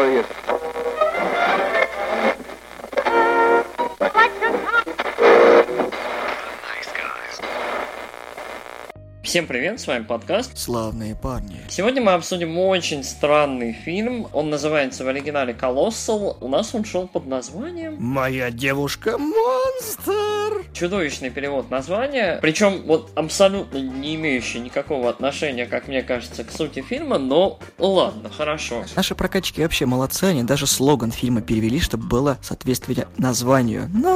человек. Всем привет, с вами подкаст «Славные парни». Сегодня мы обсудим очень странный фильм. Он называется в оригинале «Colossal». У нас он шел под названием «Моя девушка-монстр». Чудовищный перевод названия. Причем вот абсолютно не имеющий никакого отношения, как мне кажется, к сути фильма. Но ладно, хорошо. Наши прокачки вообще молодцы. Они даже слоган фильма перевели, чтобы было соответствие названию. Но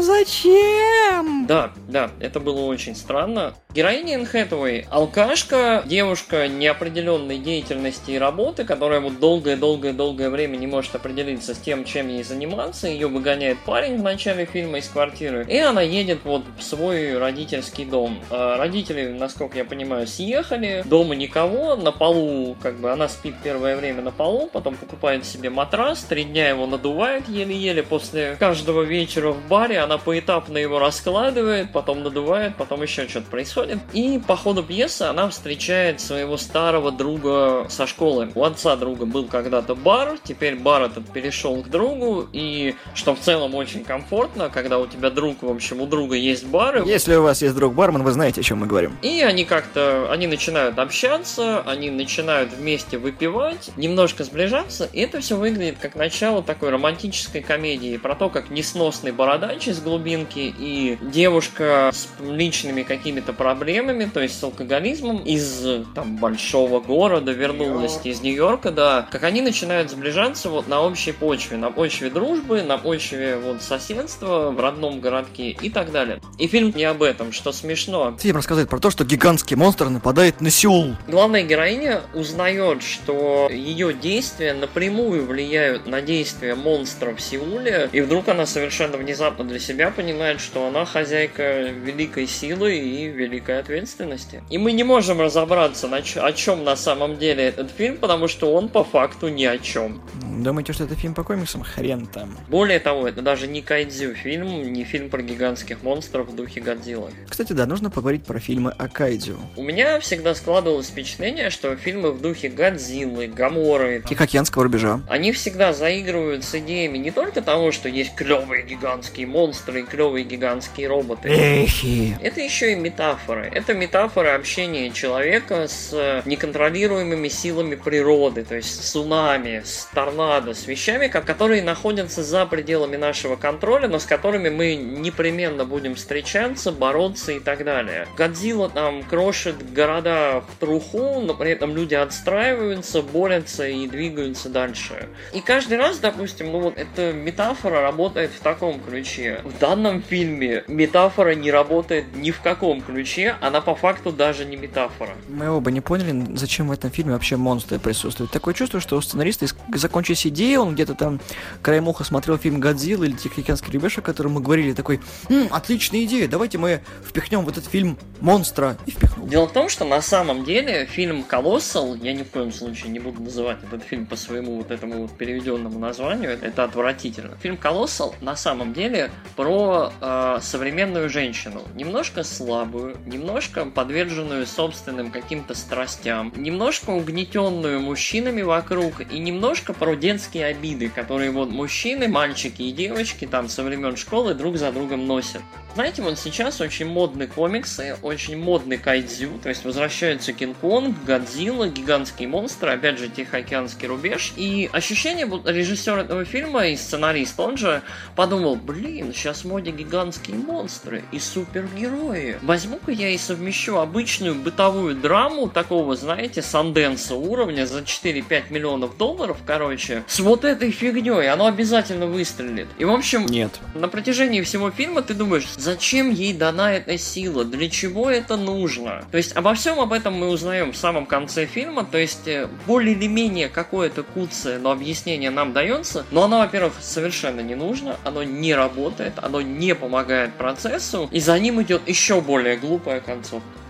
зачем? Да, это было очень странно. Героиня Энн Хэтэуэй — алкашка, девушка неопределенной деятельности и работы, которая вот долгое время не может определиться с тем, чем ей заниматься. Ее выгоняет парень в начале фильма из квартиры, и она едет вот в свой родительский дом. Родители, насколько я понимаю, съехали, дома никого, на полу, она спит первое время на полу, потом покупает себе матрас, 3 дня его надувает еле-еле, после каждого вечера в баре она поэтапно его раскладывает, потом надувает, потом еще что-то происходит. И по ходу пьесы она встречает своего старого друга со школы. У отца друга был когда-то бар, теперь бар этот перешел к другу, и что в целом очень комфортно, когда у тебя друг, в общем, у друга есть бар. Если у вас есть друг-бармен, вы знаете, о чем мы говорим. И они начинают общаться, они начинают вместе выпивать, немножко сближаться, и это все выглядит как начало такой романтической комедии про то, как несносный бородач из глубинки и девушка с личными какими-то проблемами, то есть с алкоголизмом, из большого города вернулась, из Нью-Йорка, да, как они начинают сближаться вот на общей почве, на почве дружбы, на почве вот соседства в родном городке и так далее. И фильм не об этом, что смешно. Фильм рассказывает про то, что гигантский монстр нападает на Сеул. Главная героиня узнает, что ее действия напрямую влияют на действия монстра в Сеуле, и вдруг она совершенно внезапно для себя понимает, что она хозяйка великой силы и великой ответственности. И мы не можем разобраться, о чем на самом деле этот фильм, потому что он по факту ни о чем. Думаете, что это фильм по комиксам? Хрен там. Более того, это даже не кайдзю фильм, не фильм про гигантских монстров в духе Годзиллы. Кстати, да, нужно поговорить про фильмы о кайдзю. У меня всегда складывалось впечатление, что фильмы в духе Годзиллы, Гаморы, Тихоокеанского рубежа, они всегда заигрывают с идеями не только того, что есть клевые гигантские монстры и клевые гигантские роботы. Эхи. Это еще и метафоры. Это метафоры общения человека с неконтролируемыми силами природы, то есть с цунами, с торнадо, с вещами, которые находятся за пределами нашего контроля, но с которыми мы непременно будем встречаться, бороться и так далее. Годзилла крошит города в труху, но при этом люди отстраиваются, борются и двигаются дальше. И каждый раз, допустим, эта метафора работает в таком ключе. В данном фильме метафора не работает ни в каком ключе, она по факту даже не метафора. Мы оба не поняли, зачем в этом фильме вообще монстры присутствуют. Такое чувство, что у сценариста закончились идеи, он где-то там краем уха смотрел фильм «Годзилла» или «Тихоокеанский рубеж», о котором мы говорили, такой: отличная идея, давайте мы впихнем в этот фильм монстра, и впихнул. Дело в том, что на самом деле фильм «Colossal», я ни в коем случае не буду называть этот фильм по своему этому переведенному названию, это отвратительно. Фильм «Colossal» на самом деле про современную женщину, немножко слабую, немножко подверженную собственным каким-то страстям, немножко угнетенную мужчинами вокруг и немножко про детские обиды, которые мужчины, мальчики и девочки со времен школы друг за другом носят. Знаете, сейчас очень модны комиксы, очень модный кайдзю, то есть возвращаются Кинг-Конг, Годзилла, гигантские монстры, опять же Тихоокеанский рубеж. И ощущение, режиссер этого фильма и сценарист, он же подумал: сейчас в моде гигантские монстры и супергерои. Возьму-ка я и совмещу обычную бытовую драму такого, знаете, Санденса уровня за 4-5 миллионов долларов, с вот этой фигней, оно обязательно выстрелит. И в общем, нет. На протяжении всего фильма ты думаешь: зачем ей дана эта сила? Для чего это нужно? То есть обо всем об этом мы узнаем в самом конце фильма, то есть более или менее какое-то куцое, но объяснение нам дается, но оно, во-первых, совершенно не нужно, оно не работает, оно не помогает процессу, и за ним идет еще более глупая концовка.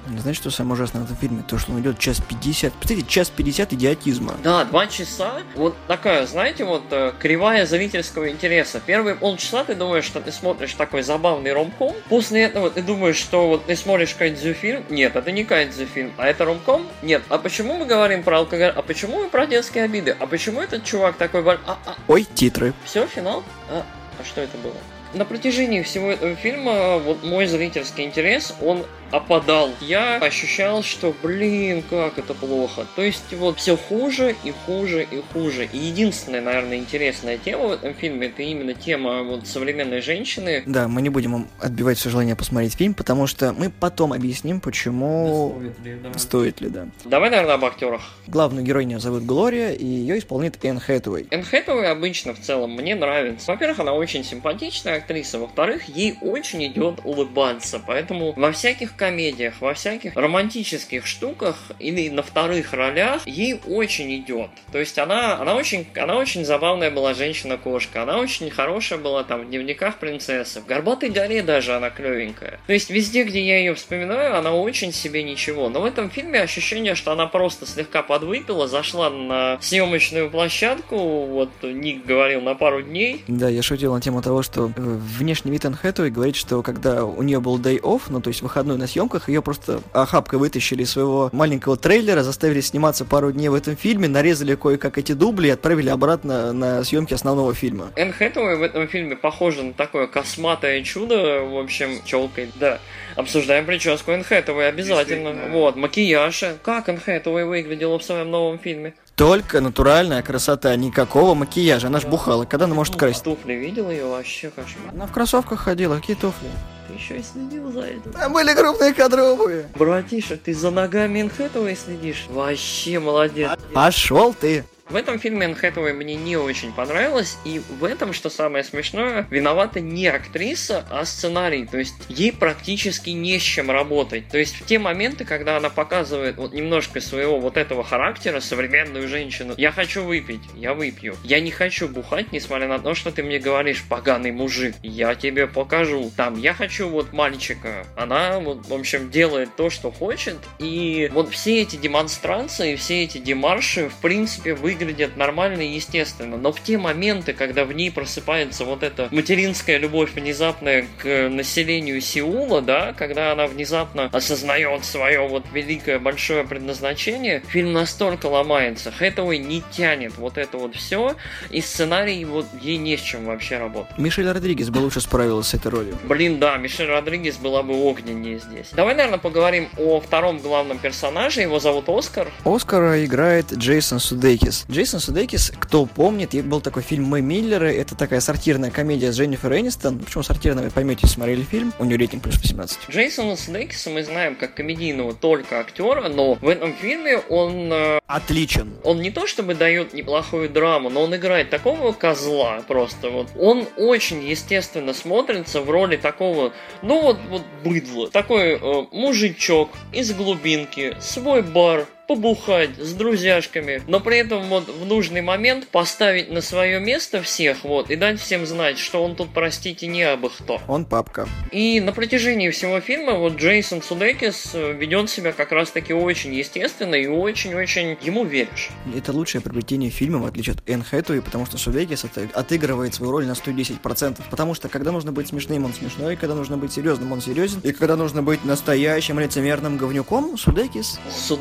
Знаете, что самое ужасное в этом фильме? То, что он идет час 50. Представляете, час 50 идиотизма. Да, 2 часа. Вот такая, знаете, вот кривая зрительского интереса. Первые полчаса ты думаешь, что ты смотришь такой забавный ромком. После этого ты думаешь, что вот ты смотришь кайдзю-фильм. Нет, это не кайдзю-фильм. А это ромком? Нет. А почему мы говорим про алкоголь? А почему мы про детские обиды? А почему этот чувак такой... Ой, титры. Все, финал? А что это было? На протяжении всего этого фильма вот мой зрительский интерес, он опадал. Я ощущал, что, как это плохо. То есть вот все хуже и хуже и хуже. И единственная, наверное, интересная тема в этом фильме, это именно тема вот современной женщины. Да, мы не будем вам отбивать все желание посмотреть фильм, потому что мы потом объясним, почему... Стоит ли, да. Давай, наверное, об актерах. Главную героиню зовут Глория, и ее исполняет Энн Хэтэуэй. Энн Хэтэуэй обычно в целом мне нравится. Во-первых, она очень симпатичная актриса. Во-вторых, ей очень идет улыбаться. Поэтому во всяких комедиях, во всяких романтических штуках или на вторых ролях ей очень идет. То есть она очень забавная была женщина-кошка. Она очень хорошая была там в «Дневниках принцессы». В «Горбатой горе» даже она клевенькая. То есть везде, где я ее вспоминаю, она очень себе ничего. Но в этом фильме ощущение, что она просто слегка подвыпила, зашла на съемочную площадку, вот Ник говорил, на пару дней. Да, я шутил на тему того, что внешний вид Энн Хэтэуэй говорит, что когда у нее был day off, ну то есть выходной на съемках, ее просто охапкой вытащили из своего маленького трейлера, заставили сниматься пару дней в этом фильме, нарезали кое-как эти дубли и отправили обратно на съемки основного фильма. Энн Хэтэуэй в этом фильме похожа на такое косматое чудо, в общем, челкой, да. Обсуждаем прическу Энн Хэтэуэй обязательно. Вот, макияж. Как Энн Хэтэуэй выглядела в своем новом фильме? Только натуральная красота, никакого макияжа. Она ж бухала. Когда она может красить? Туфли видел ее? Вообще кошмар. Она в кроссовках ходила. Какие туфли? Ты еще и следил за этим. Там были крупные кадровые. Братишек, ты за ногами Энн Хэтэуэй следишь? Вообще молодец. Пошел ты. В этом фильме Энн Хэтэуэй мне не очень понравилось, и в этом, что самое смешное, виновата не актриса, а сценарий. То есть ей практически не с чем работать. То есть в те моменты, когда она показывает вот немножко своего вот этого характера, современную женщину, я хочу выпить, я выпью. Я не хочу бухать, несмотря на то, что ты мне говоришь, поганый мужик, я тебе покажу. Там, я хочу вот мальчика. Она вот, в общем, делает то, что хочет, и вот все эти демонстрации, все эти демарши, в принципе, выглядят нормально и естественно, но в те моменты, когда в ней просыпается вот эта материнская любовь внезапная к населению Сеула, да, когда она внезапно осознает свое вот великое большое предназначение, фильм настолько ломается. Хэтэуэй не тянет вот это вот все, и сценарий вот ей не с чем вообще работать. Мишель Родригес бы лучше справилась с этой ролью. Блин, да, Мишель Родригес была бы огненнее здесь. Давай, наверное, поговорим о втором главном персонаже, его зовут Оскар. Оскара играет Джейсон Судейкис. Джейсон Судейкис, кто помнит, был такой фильм «Мы Миллеры», это такая сортирная комедия с Дженнифер Энистон. Почему сортирная, вы поймете, если смотрели фильм, у нее рейтинг плюс 18. Джейсона Судейкиса мы знаем как комедийного только актера, но в этом фильме он... отличен. Он не то чтобы дает неплохую драму, но он играет такого козла просто вот. Он очень естественно смотрится в роли такого, ну вот быдла. Такой мужичок из глубинки, свой бар, побухать с друзьяшками, но при этом вот в нужный момент поставить на свое место всех вот и дать всем знать, что он тут, простите, не абы кто. Он папка. И на протяжении всего фильма вот Джейсон Судейкис ведет себя как раз-таки очень естественно и очень-очень ему веришь. Это лучшее приобретение фильма, в отличие от Энн Хэтэуэй, потому что Судейкис отыгрывает свою роль на 110%, потому что когда нужно быть смешным, он смешной, когда нужно быть серьезным, он серьезен, и когда нужно быть настоящим лицемерным говнюком, Судейкис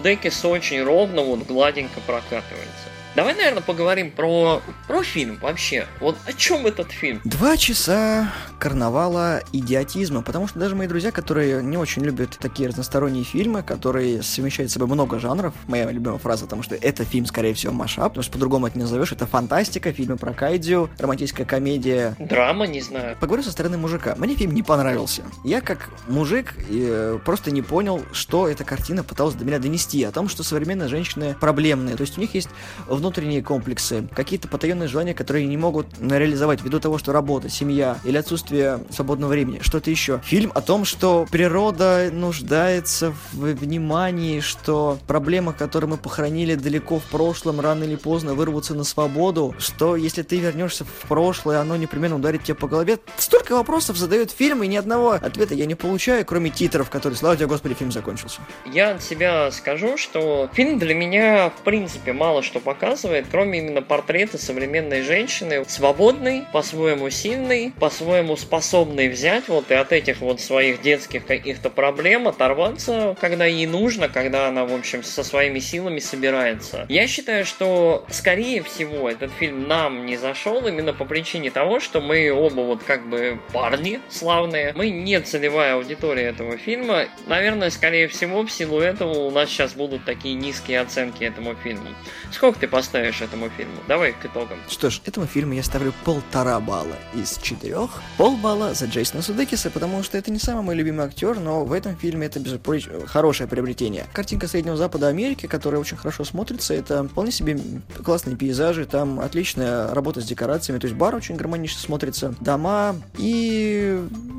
очень ровно, вот гладенько прокатывается. Давай, наверное, поговорим про фильм вообще. Вот о чем этот фильм? 2 часа карнавала идиотизма, потому что даже мои друзья, которые не очень любят такие разносторонние фильмы, которые совмещают в собой много жанров, моя любимая фраза, потому что это фильм, скорее всего, машап, потому что по-другому это не назовешь, это фантастика, фильмы про кайдзю, романтическая комедия. Драма, не знаю. Поговорю со стороны мужика. Мне фильм не понравился. Я, как мужик, просто не понял, что эта картина пыталась до меня донести, о том, что современные женщины проблемные, то есть у них есть внутренние комплексы, какие-то потаенные желания, которые не могут реализовать ввиду того, что работа, семья или отсутствие свободного времени, что-то еще. Фильм о том, что природа нуждается в внимании, что проблемы, которые мы похоронили далеко в прошлом, рано или поздно вырвутся на свободу, что если ты вернешься в прошлое, оно непременно ударит тебя по голове. Столько вопросов задает фильм, и ни одного ответа я не получаю, кроме титров, которые, слава тебе, Господи, фильм закончился. Я от себя скажу, что фильм для меня, в принципе, мало что показывает, кроме именно портрета современной женщины, свободной, по-своему сильной, по-своему способной взять вот и от этих вот своих детских каких-то проблем оторваться, когда ей нужно, когда она, в общем, со своими силами собирается. Я считаю, что, скорее всего, этот фильм нам не зашел именно по причине того, что мы оба вот как бы парни славные, мы не целевая аудитория этого фильма. Наверное, скорее всего, в силу этого у нас сейчас будут такие низкие оценки этому фильму. Сколько ты поставишь этому фильму? Давай к итогам. Что ж, этому фильму я ставлю 1,5 балла из 4. Полбалла за Джейсона Судекиса, потому что это не самый мой любимый актер, но в этом фильме это, безусловно, хорошее приобретение. Картинка Среднего Запада Америки, которая очень хорошо смотрится, это вполне себе классные пейзажи, там отличная работа с декорациями, то есть бар очень гармонично смотрится, дома и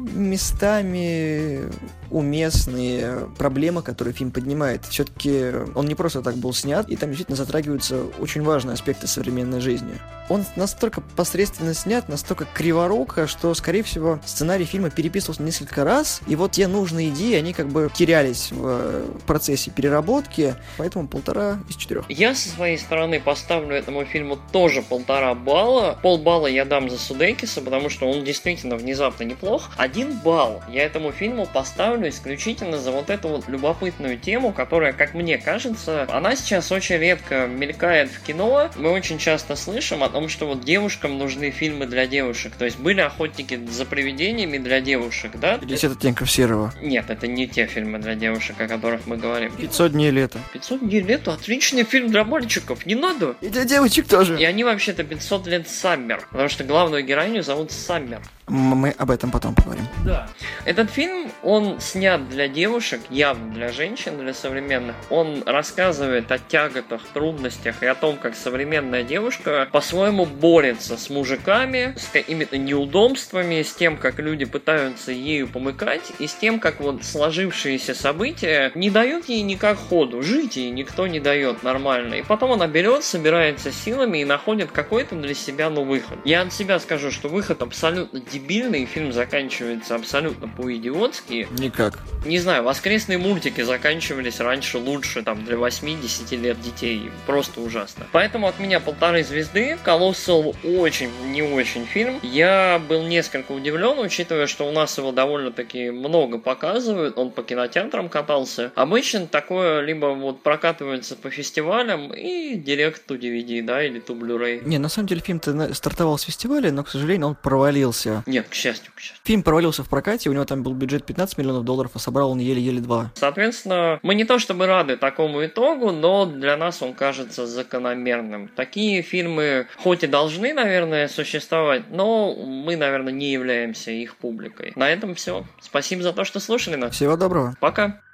местами уместные проблемы, которые фильм поднимает. Все-таки он не просто так был снят, и там действительно затрагиваются очень важные аспекты современной жизни. Он настолько посредственно снят, настолько криворуко, что, скорее всего, сценарий фильма переписывался несколько раз, и вот те нужные идеи, они как бы терялись в процессе переработки, поэтому 1,5 из 4. Я со своей стороны поставлю этому фильму тоже 1,5 балла. Полбалла я дам за Судекиса, потому что он действительно внезапно неплох. 1 балл я этому фильму поставлю исключительно за вот эту вот любопытную тему, которая, как мне кажется, она сейчас очень редко мелькает в кино. Мы очень часто слышим о том, что вот девушкам нужны фильмы для девушек. То есть были охотники за привидениями для девушек, да? Или это Теньков Серова? Нет, это не те фильмы для девушек, о которых мы говорим. 500 дней лета. 500 дней лета? Отличный фильм для мальчиков, не надо? И для девочек тоже. И они вообще-то 500 лет Саммер, потому что главную героиню зовут Саммер. Мы об этом потом поговорим. Да. Этот фильм, он снят для девушек, явно для женщин, для современных. Он рассказывает о тяготах, трудностях и о том, как современная девушка по-своему борется с мужиками, с какими-то неудобствами, с тем, как люди пытаются ею помыкать, и с тем, как вот сложившиеся события не дают ей никак ходу. Жить ей никто не дает нормально. И потом она берет, собирается силами и находит какой-то для себя, выход. Я от себя скажу, что выход абсолютно дебильный, фильм заканчивается абсолютно по-идиотски. Никак. Не знаю, воскресные мультики заканчивались раньше лучше, там, для 8-10 лет детей. Просто ужасно. Поэтому от меня 1,5 звезды. Colossal очень не очень фильм. Я был несколько удивлен, учитывая, что у нас его довольно-таки много показывают. Он по кинотеатрам катался. Обычно такое либо вот прокатывается по фестивалям и директ to DVD, да, или to Blu-ray. Не, на самом деле фильм-то стартовал с фестиваля, но, к сожалению, он провалился. Нет, к счастью. Фильм провалился в прокате, у него там был бюджет $15 миллионов, а собрал он еле-еле 2. Соответственно, мы не то чтобы рады такому итогу, но для нас он кажется закономерным. Такие фильмы хоть и должны, наверное, существовать, но мы, наверное, не являемся их публикой. На этом все. Спасибо за то, что слушали нас. Всего доброго. Пока.